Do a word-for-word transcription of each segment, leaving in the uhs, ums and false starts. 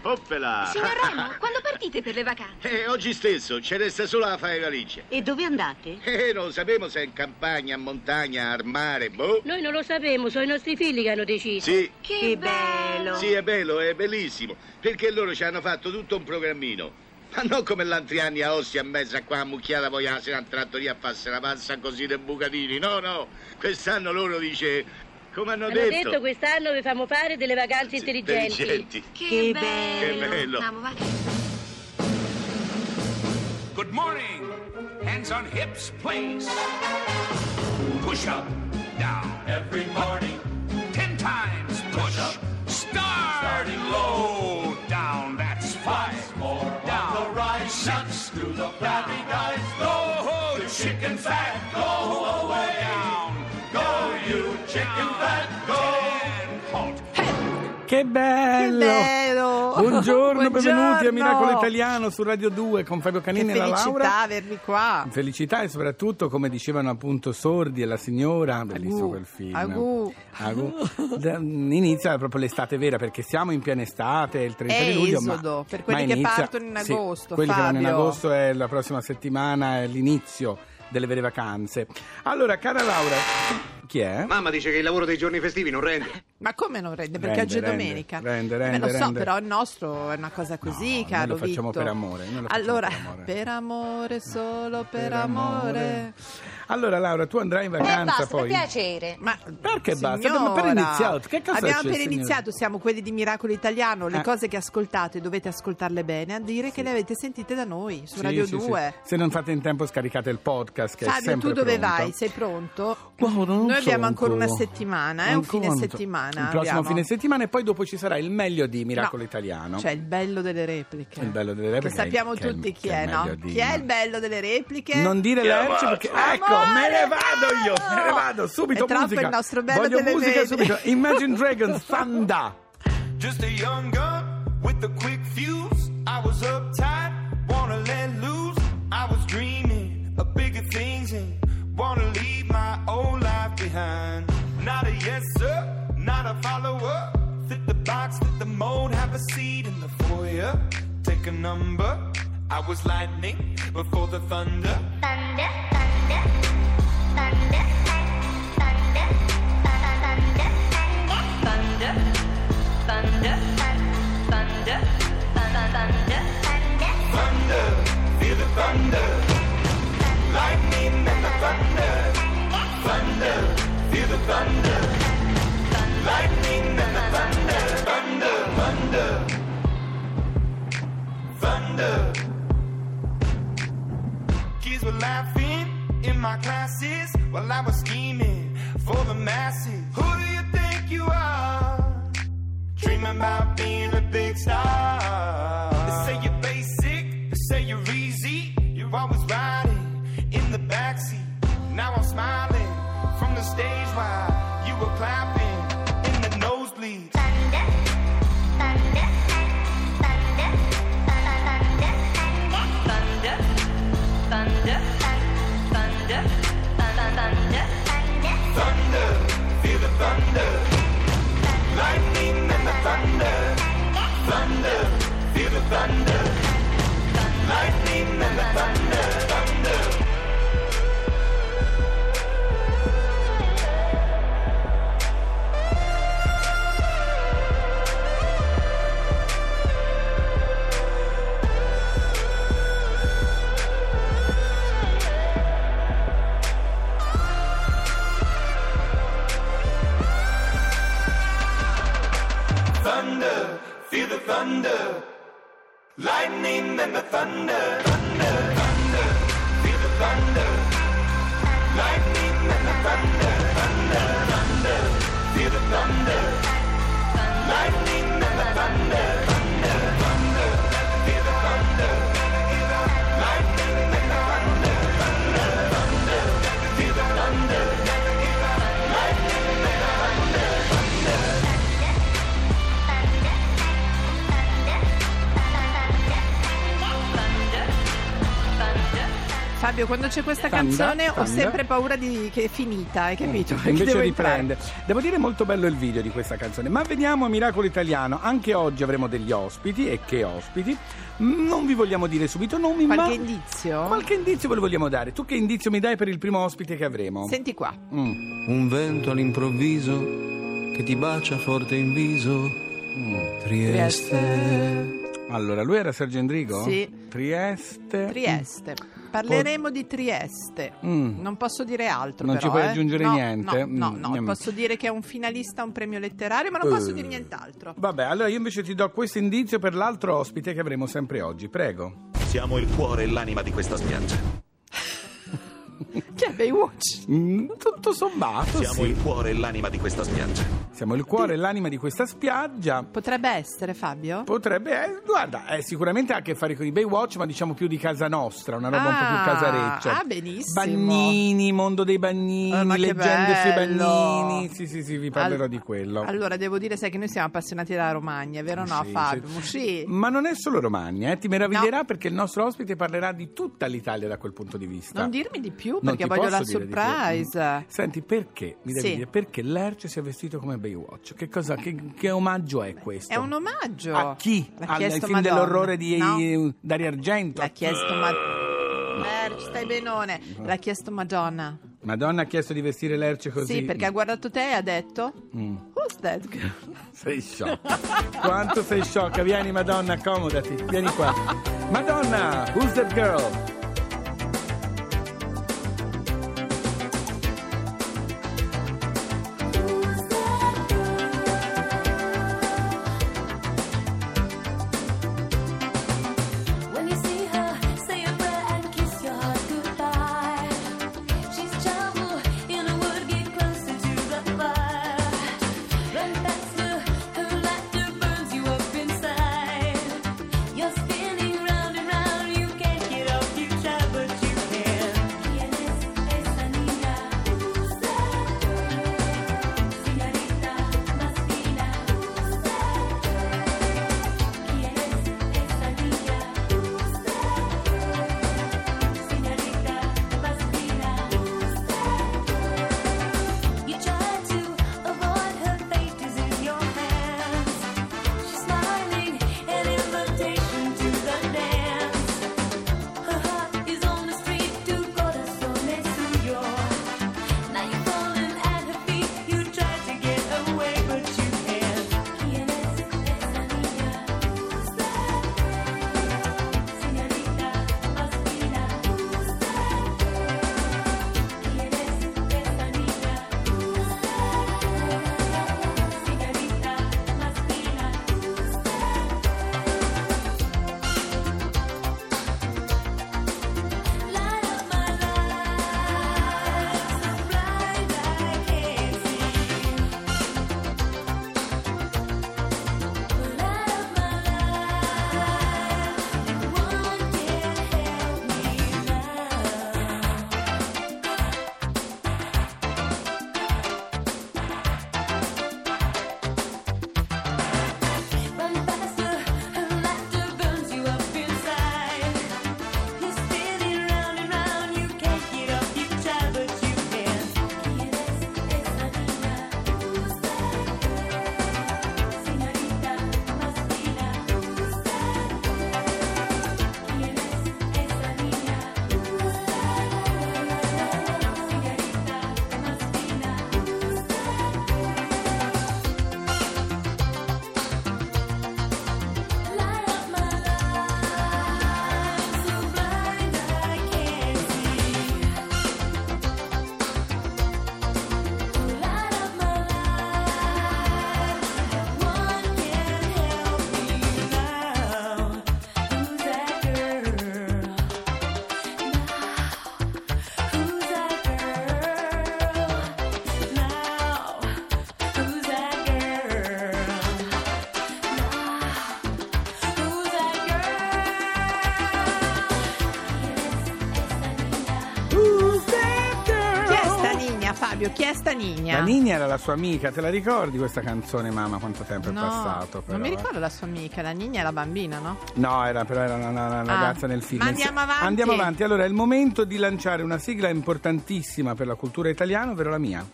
Oppela! Signor Remo, quando partite per le vacanze? Eh, oggi stesso, ce resta solo a fare valigia. E dove andate? Eh, non sappiamo se è in campagna, a montagna, al mare, boh. Noi non lo sappiamo, sono i nostri figli che hanno deciso. Sì. Che, Che bello! bello. Sì, è bello, è bellissimo, perché loro ci hanno fatto tutto un programmino. Ma non come l'altri anni a Ostia a mezzo a qua a mucchiata poi a sera in trattoria a farsi la pazza così dei bucatini. No, no, quest'anno loro dice, come hanno, Hanno detto, detto quest'anno vi facciamo fare delle vacanze Sì, intelligenti. intelligenti. Che, Che bello! bello. Che bello. Andiamo, va. Good morning. Hands on hips, please. Push up, down. Every morning. Ten times push up. Start. Starting low. Down, that's five. More down. On the rise. Six. To the flabby guys. Go, the chicken fat. Go away. Down. Go, you chicken fat. Go. Ten. Halt. Che bello! Che bello! Buongiorno, benvenuti a Buongiorno. Miracolo Italiano su Radio due con Fabio Canini Che e la felicità Laura. avervi qua. Felicità e soprattutto, come dicevano appunto Sordi e la signora, bellissimo Agù, quel film. agù. Agù. Da- Inizia proprio l'estate vera, perché siamo in piena estate, il trenta È di luglio. ma- esodo, per ma quelli che inizia- partono in sì, agosto, quelli che vanno in Fabio. agosto è la prossima settimana, è l'inizio delle vere vacanze. Allora, cara Laura, chi è? Mamma dice che il lavoro dei giorni festivi non rende. Ma come non rende? Perché Rende, oggi è rende, domenica. rende, Eh, rende, lo so, rende. però il nostro è una cosa così, No, caro noi lo facciamo Vitto. per amore, noi lo facciamo Allora, per amore. per amore, solo per, Per amore. amore. Allora Laura, tu andrai in Eh, vacanza basta, poi? per piacere. Ma Perché basta? signora, Abbiamo appena iniziato. Che cosa abbiamo c'è, appena signora? iniziato, siamo quelli di Miracolo Italiano. Le Eh. cose che ascoltate dovete ascoltarle bene, a dire che le avete sentite da noi su Sì, Radio sì, due. sì. Se non fate in tempo scaricate il podcast che è Fabio, sempre tu dove pronto. vai? Sei pronto? Guarda, non Noi so abbiamo ancora una ancora. settimana, eh? un fine Ancora. settimana. Il prossimo abbiamo. fine settimana e poi dopo ci sarà il meglio di Miracolo No, Italiano. Cioè il bello delle repliche. Il bello delle repliche Che sappiamo che è il- tutti chi che è è, il no? meglio di- Chi è il bello delle repliche? Non dire Lercio perché ecco, Amore, me ne vado io, bello! me ne vado subito. È troppo musica. il nostro bello Voglio delle musica vedi. subito. Imagine Dragons, Thunder. Just a young gun with a quick fuse. I was uptight, wanna let loose. I was dreaming of bigger things and wanna leave my old life behind. Not a yes sir, not a follower. Fit the box, fit the mold, have a seat in the foyer. Take a number. I was lightning before the thunder. Thunder, thunder, thunder, thunder, thunder, thunder, thunder, thunder, thunder, Thunder, feel the thunder. Lightning and the thunder. Thunder, feel the thunder. Lightning and the thunder. Thunder, thunder. Thunder. Kids were laughing in my classes while I was scheming for the masses. Who do you think you are? Dreaming about being a big star. They say you're basic, they say you're easy. You're always riding in the backseat. Now I'm smiling from the stage while you were clapping in the nosebleeds. thunder, thunder, thunder, thunder, thunder, thunder, thunder, thunder, Thunder, feel the thunder. Lightning and the thunder. Thunder, feel the thunder. Lightning and the thunder. Thunder. Thunder, feel the thunder. Lightning and the thunder. Thunder, thunder, feel the thunder. Lightning and the thunder. Thunder, thunder, feel the thunder. Lightning and the thunder. Thunder, thunder, feel the thunder. Lightning and the thunder. Thunder, thunder, feel the thunder. Lightning and the thunder. Fabio, quando c'è questa Tanda, canzone ho tanda. sempre paura di che è finita, hai capito? Perché Invece devo riprende. entrare. Devo dire molto bello il video di questa canzone. Ma veniamo a Miracolo Italiano. Anche oggi avremo degli ospiti. E che ospiti? Non vi vogliamo dire subito nomi, Qualche ma indizio? qualche indizio ve lo vogliamo dare. Tu che indizio mi dai per il primo ospite che avremo? Senti qua. Mm. Un vento all'improvviso che ti bacia forte in viso. Trieste. Allora, lui era Sergio Endrigo? Sì. Trieste. Trieste. Parleremo di Trieste. Mm. Non posso dire altro. Non però, ci puoi eh. aggiungere No, niente? No, no, Mm, no. mm. Posso dire che è un finalista a un premio letterario, ma non posso Eh. dire nient'altro. Vabbè, allora io invece ti do questo indizio per l'altro ospite che avremo sempre oggi. Prego. Siamo il cuore e l'anima di questa spiaggia. Che è Baywatch? Mm, tutto sommato, Siamo sì. il cuore e l'anima di questa spiaggia. Siamo il cuore e l'anima di questa spiaggia. Potrebbe essere, Fabio? Potrebbe, eh, guarda, eh, sicuramente ha a che fare con i Baywatch, ma diciamo più di casa nostra, una roba un po' Ah, più casareccia. ah, benissimo. Bagnini, mondo dei bagnini, Ah, ma che leggende sui bello. bagnini. Sì, sì, sì, vi parlerò Al- di quello. Allora, devo dire, sai che noi siamo appassionati della Romagna, vero o no, Sì, Fabio? sì. Sì. Ma non è solo Romagna, eh, ti meraviglierà perché il nostro ospite parlerà di tutta l'Italia da quel punto di vista. Non dirmi di più, Non perché ti voglio posso la dire di più. surprise. Senti, perché? Mi devi Sì. dire perché Lerch si è vestito come Baywatch? Che cosa, che, che omaggio è questo? È un omaggio. A chi? L'ha Al, ai chiesto film Madonna. dell'orrore di No. Dario Argento? L'ha chiesto ma... Lerch, stai benone. L'ha chiesto Madonna. Madonna ha chiesto di vestire Lerch così? Sì, perché ha guardato te e ha detto Mm. Who's that girl? Sei sciocca. Quanto sei sciocca. Vieni Madonna, accomodati. Vieni qua. Madonna, who's that girl? When you see her, say a prayer and kiss your heart goodbye. She's trouble in a wood, get closer to the fire. Run faster, her laughter burns you up inside. You're spinning round and round, you can't get off, you Fabio, chi è sta Nina? La Nina era la sua amica, te la ricordi questa canzone, mamma? Quanto tempo è No, passato? Però, non mi eh. ricordo la sua amica, la Nina è la bambina, no? No, era, però era una, una- una Ah, ragazza nel film. ma andiamo avanti. Andiamo avanti. Allora, è il momento di lanciare una sigla importantissima per la cultura italiana, ovvero la mia.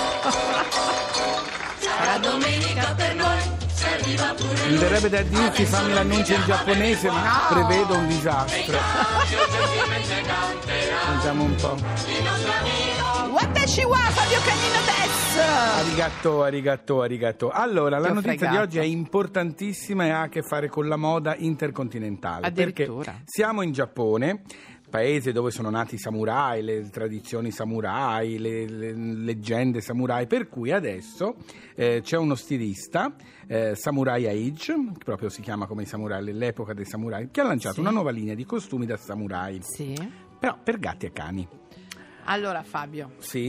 La domenica per noi serviva pure Mi verrebbe da dirti fammi l'annuncio in giapponese, ma prevedo un disastro. Sentiamo un po'. Watashi wa Fabio Canino Tess! Arigato, arigato, arigato. Allora, la Ti ho notizia fregato. di oggi è importantissima e ha a che fare con la moda intercontinentale. Addirittura. Perché siamo in Giappone, paese dove sono nati i samurai, le tradizioni samurai, le, le leggende samurai, per cui adesso eh, c'è uno stilista, eh, Samurai Age, che proprio si chiama come i samurai, l'epoca dei samurai, che ha lanciato Sì. una nuova linea di costumi da samurai, Sì. però per gatti e cani. Allora Fabio, Sì?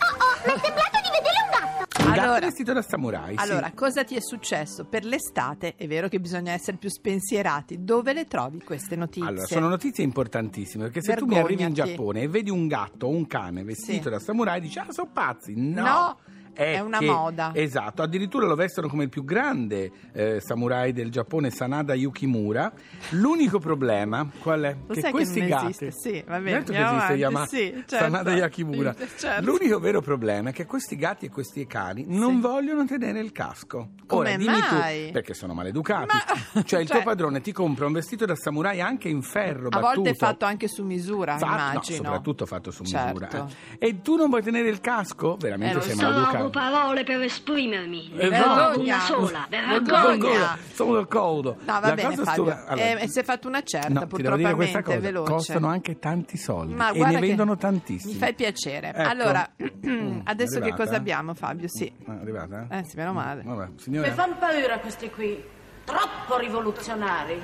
allora, Un gatto vestito da samurai, sì. allora cosa ti è successo? Per l'estate è vero che bisogna essere più spensierati. Dove le trovi queste notizie? Allora, sono notizie importantissime, perché se tu mi arrivi in Vergognati. Giappone e vedi un gatto o un cane vestito Sì. da samurai, dici, ah, sono pazzi. No! No, è una che- moda. Esatto, addirittura lo vestono come il più grande eh, samurai del Giappone, Sanada Yukimura. L'unico problema, qual è? Lo che sai che questi non gatti... esiste? Sì, va bene, Detto che andiamo esiste, si avanti, chiama sì, certo. Sanada Yukimura. Sì, certo. L'unico vero problema è che questi gatti e questi cani non Sì. vogliono tenere il casco. Come Ora, dimmi mai? tu, perché sono maleducati. Ma- Cioè, il cioè- tuo padrone ti compra un vestito da samurai anche in ferro, A battuto. volte fatto anche su misura, Fatto- no, immagino. soprattutto fatto su Certo. misura. eh. E tu non vuoi tenere il casco? Veramente Eh, lo sei so. Non ho maleducato. parole per esprimermi. Eh, Vergogna. Una sola, Vergogna. vergogna. Sono d'accordo. No, va La bene cosa Fabio, stupa- allora, Eh, si è fatto una certa, no, ti devo dire purtroppo questa cosa, veloce. costano anche tanti soldi Ma e guarda ne che vendono tantissimi. Mi fai piacere. Ecco. Allora, Mm, adesso che arrivata, cosa eh? abbiamo, Fabio? Sì. Ah, è arrivata? Eh sì, meno male. Vabbè, Mi signora. fanno paura questi qui, troppo rivoluzionari.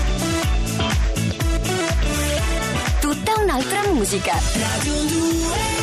Tutta un'altra musica. Radio due